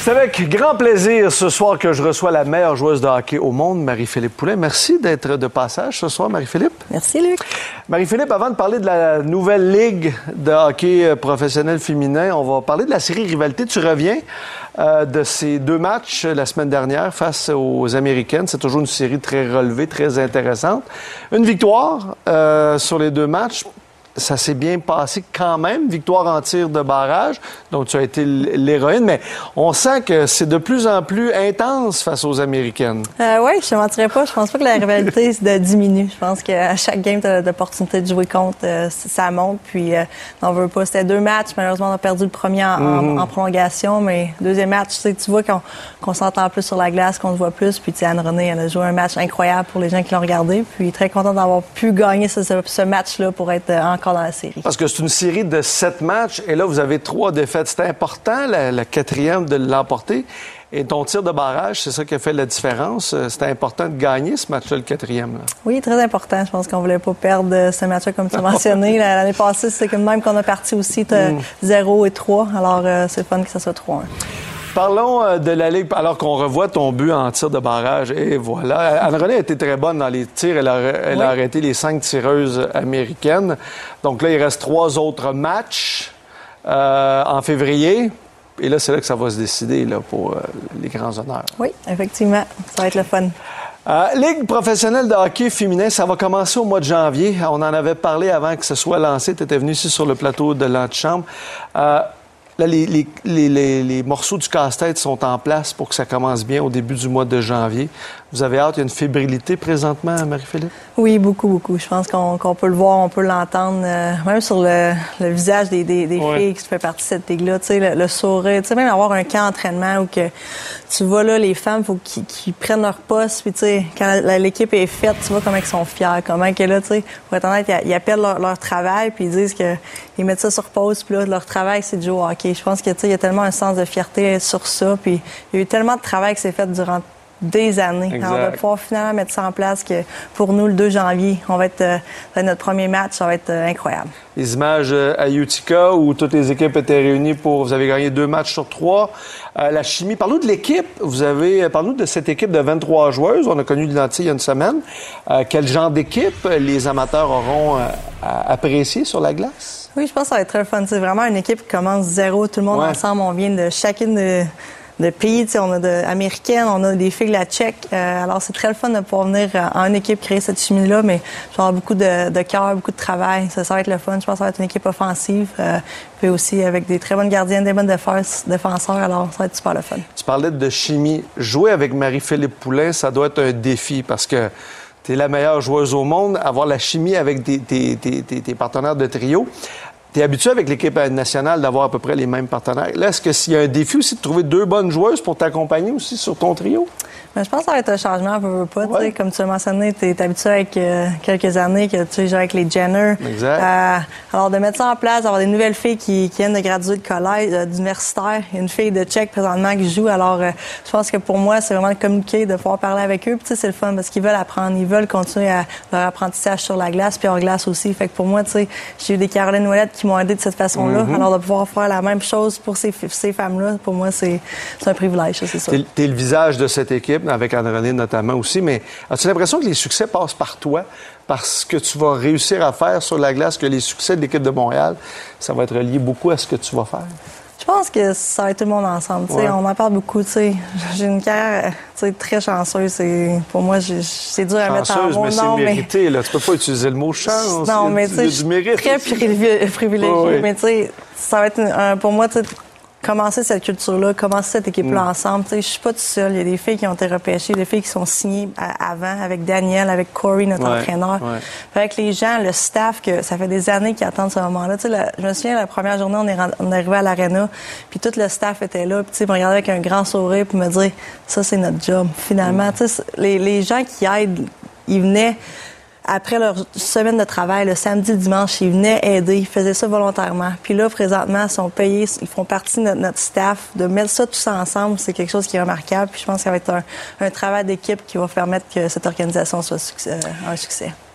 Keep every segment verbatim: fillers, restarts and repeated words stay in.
C'est avec grand plaisir ce soir que je reçois la meilleure joueuse de hockey au monde, Marie-Philippe Poulin. Merci d'être de passage ce soir, Marie-Philippe. Merci, Luc. Marie-Philippe, avant de parler de la nouvelle ligue de hockey professionnel féminin, on va parler de la série Rivalité. Tu reviens euh, de ces deux matchs la semaine dernière face aux Américaines. C'est toujours une série très relevée, très intéressante. Une victoire euh, sur les deux matchs. Ça s'est bien passé quand même. Victoire en tir de barrage, donc tu as été l'héroïne, mais on sent que c'est de plus en plus intense face aux Américaines. Euh, oui, je ne mentirais pas. Je pense pas que la rivalité diminue. Je pense qu'à chaque game, tu as l'opportunité de jouer contre. Euh, ça monte, puis euh, on veut pas. C'était deux matchs. Malheureusement, on a perdu le premier en, mm-hmm. en, en prolongation, mais deuxième match, tu sais, tu vois qu'on, qu'on s'entend plus sur la glace, qu'on se voit plus. Puis Anne-Renée, elle a joué un match incroyable pour les gens qui l'ont regardé. Puis très contente d'avoir pu gagner ce, ce, ce match-là pour être encore dans la série. Parce que c'est une série de sept matchs et là, vous avez trois défaites. C'était important, la, la quatrième, de l'emporter. Et ton tir de barrage, c'est ça qui a fait la différence. C'était important de gagner ce match-là, le quatrième. Là. Oui, très important. Je pense qu'on voulait pas perdre ce match-là, comme tu as mentionné. L'année passée, c'est comme même qu'on a parti aussi mm. zéro et trois. Alors, euh, c'est fun que ça soit trois un. Parlons euh, de la Ligue, alors qu'on revoit ton but en tir de barrage. Et voilà. Anne-Renée a été très bonne dans les tirs. Elle a, elle oui. a arrêté les cinq tireuses américaines. Donc là, il reste trois autres matchs euh, en février. Et là, c'est là que ça va se décider là, pour euh, les grands honneurs. Oui, effectivement. Ça va être le fun. Euh, Ligue professionnelle de hockey féminin, ça va commencer au mois de janvier. On en avait parlé avant que ce soit lancé. Tu étais venu ici sur le plateau de l'antichambre. Euh, Là, les, les, les, les, les morceaux du casse-tête sont en place pour que ça commence bien au début du mois de janvier. Vous avez hâte, il y a une fébrilité présentement, Marie-Philippe? Oui, beaucoup, beaucoup. Je pense qu'on, qu'on peut le voir, on peut l'entendre, euh, même sur le, le visage des, des, des ouais. filles qui font partie de cette ligue-là. Tu sais, le, le sourire, tu sais, même avoir un camp d'entraînement où que tu vois là, les femmes, il faut qu'ils, qu'ils prennent leur poste, puis tu sais, quand la, l'équipe est faite, tu vois comment ils sont fiers, comment que là, tu sais, pour être honnête, ils, ils appellent leur, leur travail, puis ils disent qu'ils mettent ça sur pause, puis là, leur travail, c'est de jouer au hockey. Je pense que, tu sais, il y a tellement un sens de fierté sur ça, puis il y a eu tellement de travail qui s'est fait durant des années. Exact. Alors, de pouvoir finalement mettre ça en place, que pour nous, le deux janvier, on va être, euh, ça va être notre premier match, ça va être euh, incroyable. Les images euh, à Utica où toutes les équipes étaient réunies pour... Vous avez gagné deux matchs sur trois. Euh, la chimie... Parle-nous de l'équipe. Vous avez... Parle-nous de cette équipe de vingt-trois joueuses. On a connu l'identité il y a une semaine. Euh, quel genre d'équipe les amateurs auront euh, apprécié sur la glace? Oui, je pense que ça va être très fun. C'est vraiment une équipe qui commence zéro. Tout le monde ouais. ensemble. On vient de chacune de... de pays, tu sais, on a de américaines, on a des filles de la Tchèque. Euh, alors, c'est très le fun de pouvoir venir euh, en équipe créer cette chimie-là, mais je vais avoir beaucoup de, de cœur, beaucoup de travail. Ça, ça va être le fun. Je pense que ça va être une équipe offensive, euh, puis aussi avec des très bonnes gardiennes, des bonnes défenseurs. Alors, ça va être super le fun. Tu parlais de chimie. Jouer avec Marie-Philippe Poulin, ça doit être un défi parce que tu es la meilleure joueuse au monde. Avoir la chimie avec tes, tes, tes, tes, tes partenaires de trio. Tu es habitué avec l'équipe nationale d'avoir à peu près les mêmes partenaires. Là, est-ce qu'il y a un défi aussi de trouver deux bonnes joueuses pour t'accompagner aussi sur ton trio? Bien, je pense que ça va être un changement, veux, veux pas. Ouais. Comme tu l'as mentionné, tu es habitué avec euh, quelques années que tu joues avec les Jenner. Exact. Euh, alors, de mettre ça en place, d'avoir des nouvelles filles qui, qui viennent de graduer de collège, euh, d'universitaire. Il y a une fille de Tchèque présentement qui joue. Alors, euh, je pense que pour moi, c'est vraiment de communiquer, de pouvoir parler avec eux. Puis, tu sais, c'est le fun parce qu'ils veulent apprendre. Ils veulent continuer à leur apprentissage sur la glace puis hors glace aussi. Fait que pour moi, tu sais, j'ai eu des Caroline Ouellette qui m'ont aidé de cette façon-là. Mm-hmm. Alors, de pouvoir faire la même chose pour ces, ces femmes-là, pour moi, c'est, c'est un privilège, ça, c'est ça. T'es, t'es le visage de cette équipe, avec Anne-Renée notamment aussi, mais as-tu l'impression que les succès passent par toi? Parce que tu vas réussir à faire sur la glace, que les succès de l'équipe de Montréal, ça va être lié beaucoup à ce que tu vas faire? Je pense que ça va être tout le monde ensemble. Ouais. On en parle beaucoup. T'sais. J'ai une carrière très chanceuse. Et pour moi, j'ai, c'est dur à chanceuse, mettre en mots. Mais non, c'est mérité. Mais... Là. Tu peux pas utiliser le mot chance. Non, mais tu sais, je suis très privilégiée. Oh, oui. Mais tu sais, ça va être un, pour moi, commencer cette culture-là, commencer cette équipe-là mm. ensemble. Tu sais, je suis pas toute seule. Il y a des filles qui ont été repêchées, des filles qui sont signées à, avant, avec Daniel, avec Corey, notre ouais, entraîneur. Ouais. Avec les gens, le staff, que ça fait des années qu'ils attendent ce moment-là. Tu sais, la, je me souviens, la première journée, on est, on est arrivé à l'aréna, puis tout le staff était là, puis tu sais, me regarder avec un grand sourire, puis me dire, ça, c'est notre job. Finalement, mm. tu sais, les, les gens qui aident, ils venaient après leur semaine de travail, le samedi, le dimanche, ils venaient aider, ils faisaient ça volontairement. Puis là, présentement, ils sont payés, ils font partie de notre, notre staff. De mettre ça tous ensemble, c'est quelque chose qui est remarquable. Puis je pense que ça va être un, un travail d'équipe qui va permettre que cette organisation soit succès, un succès.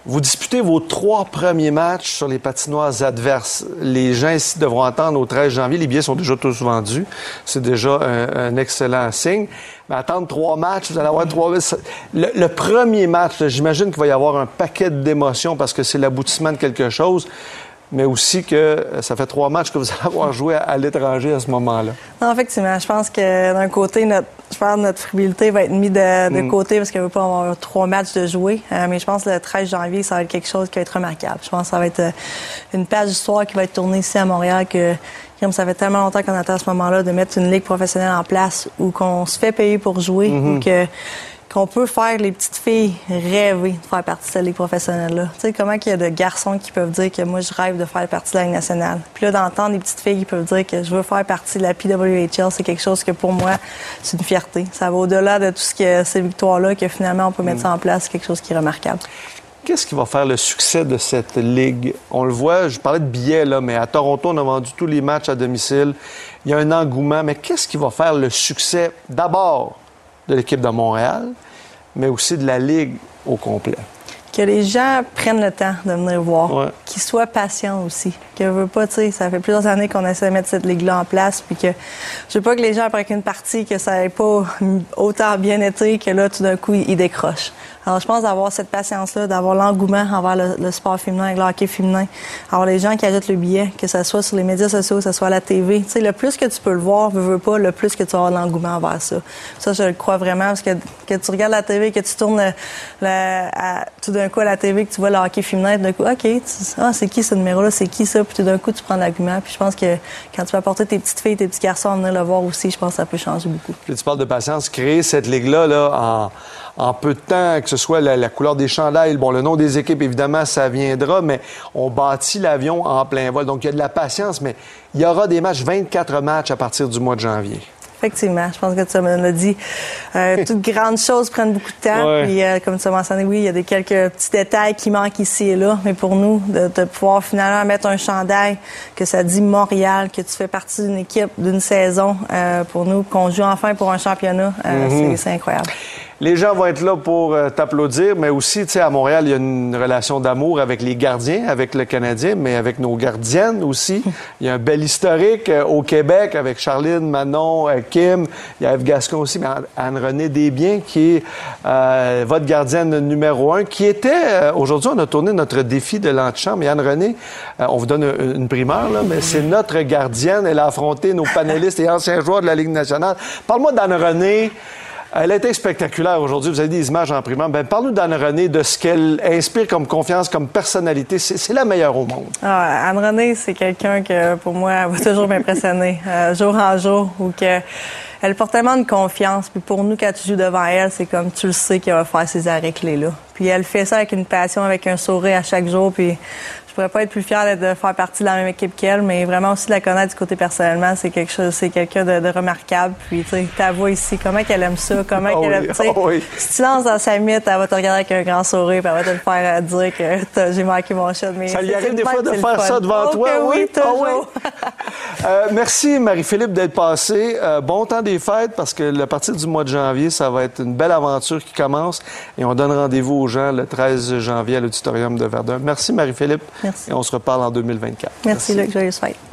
Vous disputez vos trois premiers matchs sur les patinoires adverses. Les gens ici devront attendre au treize janvier. Les billets sont déjà tous vendus. C'est déjà un, un excellent signe. Mais attendre trois matchs, vous allez avoir trois... Le, le premier match, j'imagine qu'il va y avoir un paquet d'émotions parce que c'est l'aboutissement de quelque chose, mais aussi que ça fait trois matchs que vous allez avoir joué à, à l'étranger à ce moment-là. Non, effectivement. Je pense que d'un côté, notre, je pense que notre fébrilité va être mise de, de mm. côté parce qu'il ne va pas avoir trois matchs de jouer. Euh, mais je pense que le treize janvier, ça va être quelque chose qui va être remarquable. Je pense que ça va être euh, une page d'histoire qui va être tournée ici à Montréal que comme ça fait tellement longtemps qu'on attend à ce moment-là de mettre une ligue professionnelle en place où qu'on se fait payer pour jouer, mm-hmm. ou que qu'on peut faire les petites filles rêver de faire partie de cette ligue professionnelle-là. Tu sais, comment qu'il y a de garçons qui peuvent dire que moi, je rêve de faire partie de la Ligue nationale. Puis là, d'entendre des petites filles qui peuvent dire que je veux faire partie de la P W H L, c'est quelque chose que, pour moi, c'est une fierté. Ça va au-delà de tout ce que ces victoires-là, que finalement, on peut mettre ça en place. C'est quelque chose qui est remarquable. Qu'est-ce qui va faire le succès de cette ligue? On le voit, je parlais de billets, là, mais à Toronto, on a vendu tous les matchs à domicile. Il y a un engouement. Mais qu'est-ce qui va faire le succès, d'abord, de l'équipe de Montréal, mais aussi de la Ligue au complet? Que les gens prennent le temps de venir voir, ouais. qu'ils soient patients aussi. Que je veux pas, tu sais, ça fait plusieurs années qu'on essaie de mettre cette ligue-là en place, puis que je veux pas que les gens, après qu'une partie, que ça n'ait pas autant bien été, que là, tout d'un coup, ils décrochent. Alors, je pense d'avoir cette patience-là, d'avoir l'engouement envers le, le sport féminin, avec le hockey féminin, avoir les gens qui achètent le billet, que ce soit sur les médias sociaux, que ce soit à la T V. Tu sais, le plus que tu peux le voir, veux, veux pas, le plus que tu vas avoir l'engouement envers ça. Ça, je le crois vraiment, parce que, que tu regardes la T V, que tu tournes le, le, à, tout d'un coup à la T V, que tu vois le hockey féminin, tout d'un coup, OK, tu, ah, c'est qui ce numéro-là, c'est qui ça? Puis tout d'un coup, tu prends l'argument. Puis je pense que quand tu vas apporter tes petites filles, tes petits garçons à venir le voir aussi, je pense que ça peut changer beaucoup. Puis tu parles de patience, créer cette ligue-là, là, en... en peu de temps, que ce soit la, la couleur des chandails, bon, le nom des équipes, évidemment, ça viendra, mais on bâtit l'avion en plein vol. Donc, il y a de la patience, mais il y aura des matchs, vingt-quatre matchs à partir du mois de janvier. Effectivement, je pense que tu me l'as dit. Euh, toutes grandes choses prennent beaucoup de temps. Ouais. Puis, euh, comme tu as mentionné, oui, il y a des quelques petits détails qui manquent ici et là. Mais pour nous, de, de pouvoir finalement mettre un chandail, que ça dit Montréal, que tu fais partie d'une équipe, d'une saison, euh, pour nous, qu'on joue enfin pour un championnat, euh, mm-hmm. c'est, c'est incroyable. Les gens vont être là pour euh, t'applaudir, mais aussi, tu sais, à Montréal, il y a une relation d'amour avec les gardiens, avec le Canadien, mais avec nos gardiennes aussi. Il y a un bel historique euh, au Québec avec Charline, Manon, euh, Kim. Il y a Eve Gascon aussi, mais Anne-Renée Desbiens, qui est euh, votre gardienne numéro un, qui était... Euh, aujourd'hui, on a tourné notre défi de l'antichambre. Et Anne-Renée, euh, on vous donne une, une primeur, là, mais c'est notre gardienne. Elle a affronté nos panélistes et anciens joueurs de la Ligue nationale. Parle-moi d'Anne-Renée. Elle a été spectaculaire aujourd'hui. Vous avez des images en primeur. Ben, parle-nous d'Anne-Renée, de ce qu'elle inspire comme confiance, comme personnalité. C'est, c'est la meilleure au monde. Ah, Anne-Renée, c'est quelqu'un que, pour moi, va toujours m'impressionner, euh, jour en jour, ou que elle porte tellement de confiance. Puis pour nous, quand tu joues devant elle, c'est comme tu le sais qu'elle va faire ses arrêts clés-là. Puis elle fait ça avec une passion, avec un sourire à chaque jour. Puis je pourrais pas être plus fière de faire partie de la même équipe qu'elle, mais vraiment aussi de la connaître du côté personnellement, c'est quelque chose, c'est quelqu'un de, de remarquable. Puis tu sais, ta voix ici, comment qu'elle aime ça, comment oh qu'elle oui, aime, tu sais, oh oui. Si tu lances dans sa mythe, elle va te regarder avec un grand sourire, puis elle va te le faire dire que j'ai manqué mon shot. Mais ça lui arrive des fois de faire ça devant oh, toi, oui, toujours. Oh, oui. euh, merci Marie-Philippe d'être passée. Euh, bon temps des fêtes parce que à partir du mois de janvier, ça va être une belle aventure qui commence et on donne rendez-vous aux gens le treize janvier à l'auditorium de Verdun. Merci Marie-Philippe. Merci. Et on se reparle en deux mille vingt-quatre. Merci, Merci. Luc, joyeuse fête.